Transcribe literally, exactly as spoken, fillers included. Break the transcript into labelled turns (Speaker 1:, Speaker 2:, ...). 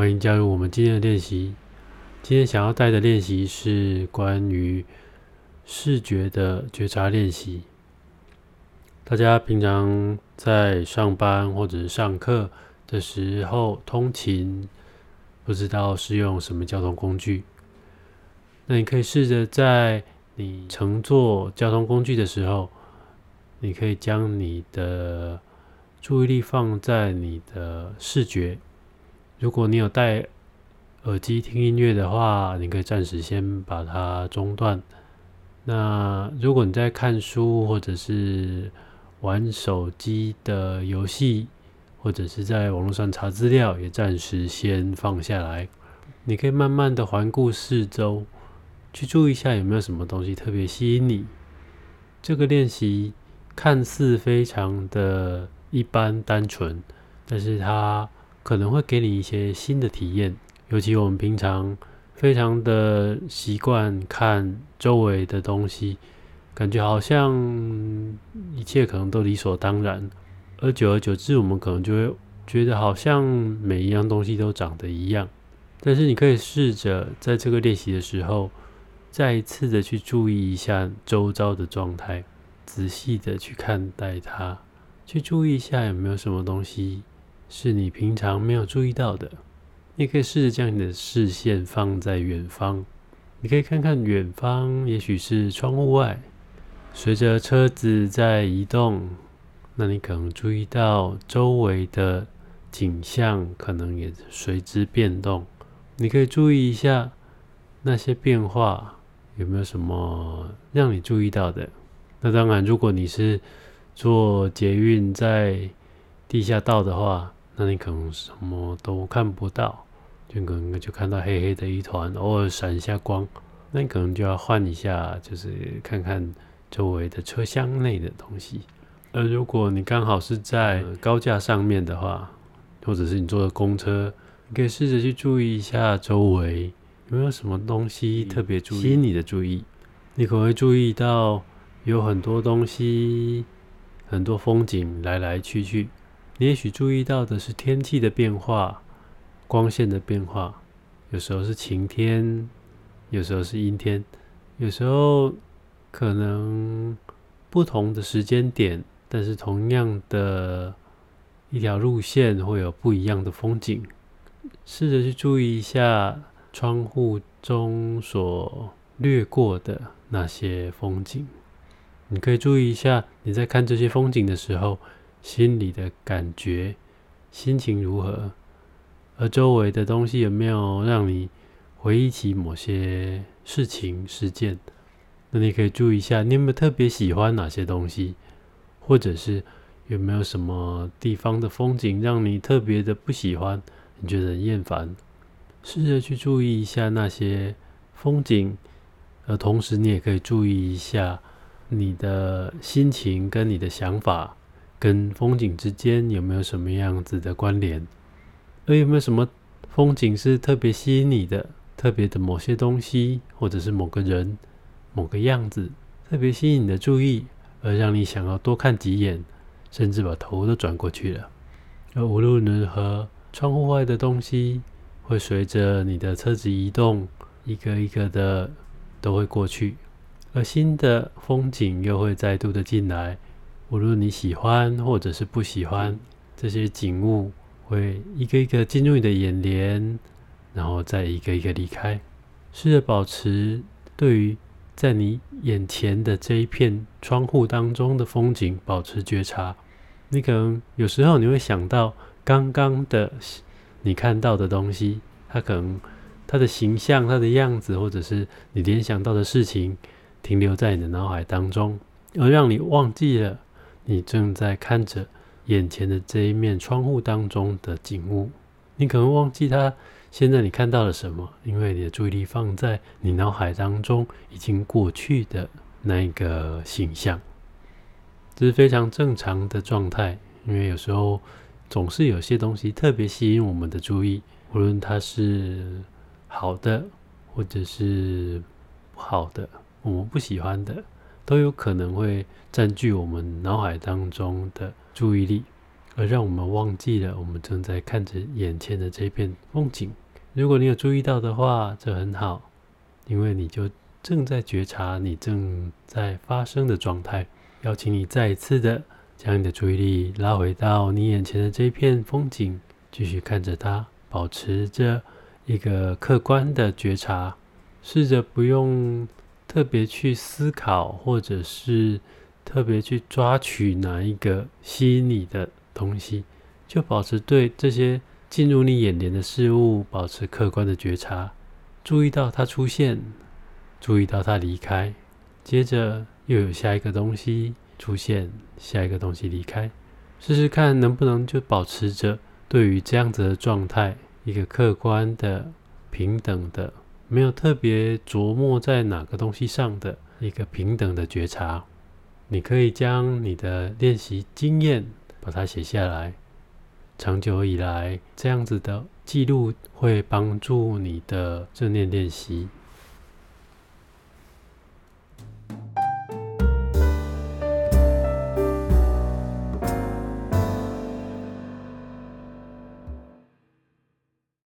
Speaker 1: 欢迎加入我们今天的练习。今天想要带的练习是关于视觉的觉察练习。大家平常在上班或者是上课的时候通勤，不知道是用什么交通工具，那你可以试着在你乘坐交通工具的时候，你可以将你的注意力放在你的视觉。如果你有戴耳机听音乐的话，你可以暂时先把它中断。那如果你在看书或者是玩手机的游戏，或者是在网络上查资料，也暂时先放下来。你可以慢慢的环顾四周，去注意一下有没有什么东西特别吸引你。这个练习看似非常的一般单纯，但是它可能会给你一些新的体验。尤其我们平常非常的习惯看周围的东西，感觉好像一切可能都理所当然，而久而久之我们可能就会觉得好像每一样东西都长得一样。但是你可以试着在这个练习的时候，再一次的去注意一下周遭的状态，仔细的去看待它，去注意一下有没有什么东西是你平常没有注意到的。你可以试着将你的视线放在远方，你可以看看远方，也许是窗户外，随着车子在移动，那你可能注意到周围的景象可能也随之变动。你可以注意一下那些变化有没有什么让你注意到的。那当然，如果你是坐捷运在地下道的话，那你可能什么都看不到，就可能就看到黑黑的一团，偶尔闪一下光。那你可能就要换一下，就是看看周围的车厢内的东西。而如果你刚好是在高架上面的话，或者是你坐的公车，你可以试着去注意一下周围有没有什么东西特别吸引你的注意。你可能会注意到有很多东西，很多风景来来去去。你也许注意到的是天气的变化，光线的变化，有时候是晴天，有时候是阴天，有时候可能不同的时间点，但是同样的一条路线会有不一样的风景。试着去注意一下窗户中所掠过的那些风景。你可以注意一下你在看这些风景的时候，心里的感觉，心情如何，而周围的东西有没有让你回忆起某些事情事件。那你可以注意一下你有没有特别喜欢哪些东西，或者是有没有什么地方的风景让你特别的不喜欢，你觉得很厌烦。试着去注意一下那些风景，而同时你也可以注意一下你的心情跟你的想法跟风景之间有没有什么样子的关联，而有没有什么风景是特别吸引你的，特别的某些东西，或者是某个人某个样子特别吸引你的注意，而让你想要多看几眼，甚至把头都转过去了。而无论如何，窗户外的东西会随着你的车子移动，一个一个的都会过去，而新的风景又会再度的进来。无论你喜欢或者是不喜欢，这些景物会一个一个进入你的眼帘，然后再一个一个离开。试着保持对于在你眼前的这一片窗户当中的风景保持觉察。你可能有时候你会想到刚刚的你看到的东西，它可能它的形象，它的样子，或者是你联想到的事情停留在你的脑海当中，而让你忘记了你正在看着眼前的这一面窗户当中的景物。你可能忘记它现在你看到了什么，因为你的注意力放在你脑海当中已经过去的那一个形象。这是非常正常的状态，因为有时候总是有些东西特别吸引我们的注意，无论它是好的或者是不好的，我们不喜欢的，都有可能会占据我们脑海当中的注意力。 而让我们忘记了我们正在看着眼前的这片风景。如果你有注意到的话，这很好，因为你就正在觉察你正在发生的状态。邀请你再一次的将你的注意力拉回到你眼前的这片风景，继续看着它，保持着一个客观的觉察，试着不用特别去思考，或者是特别去抓取哪一个吸引你的东西，就保持对这些进入你眼帘的事物保持客观的觉察，注意到它出现，注意到它离开，接着又有下一个东西出现，下一个东西离开。试试看能不能就保持着对于这样子的状态，一个客观的、平等的，没有特别琢磨在哪个东西上的一个平等的觉察。你可以将你的练习经验把它写下来，长久以来这样子的记录会帮助你的正念练习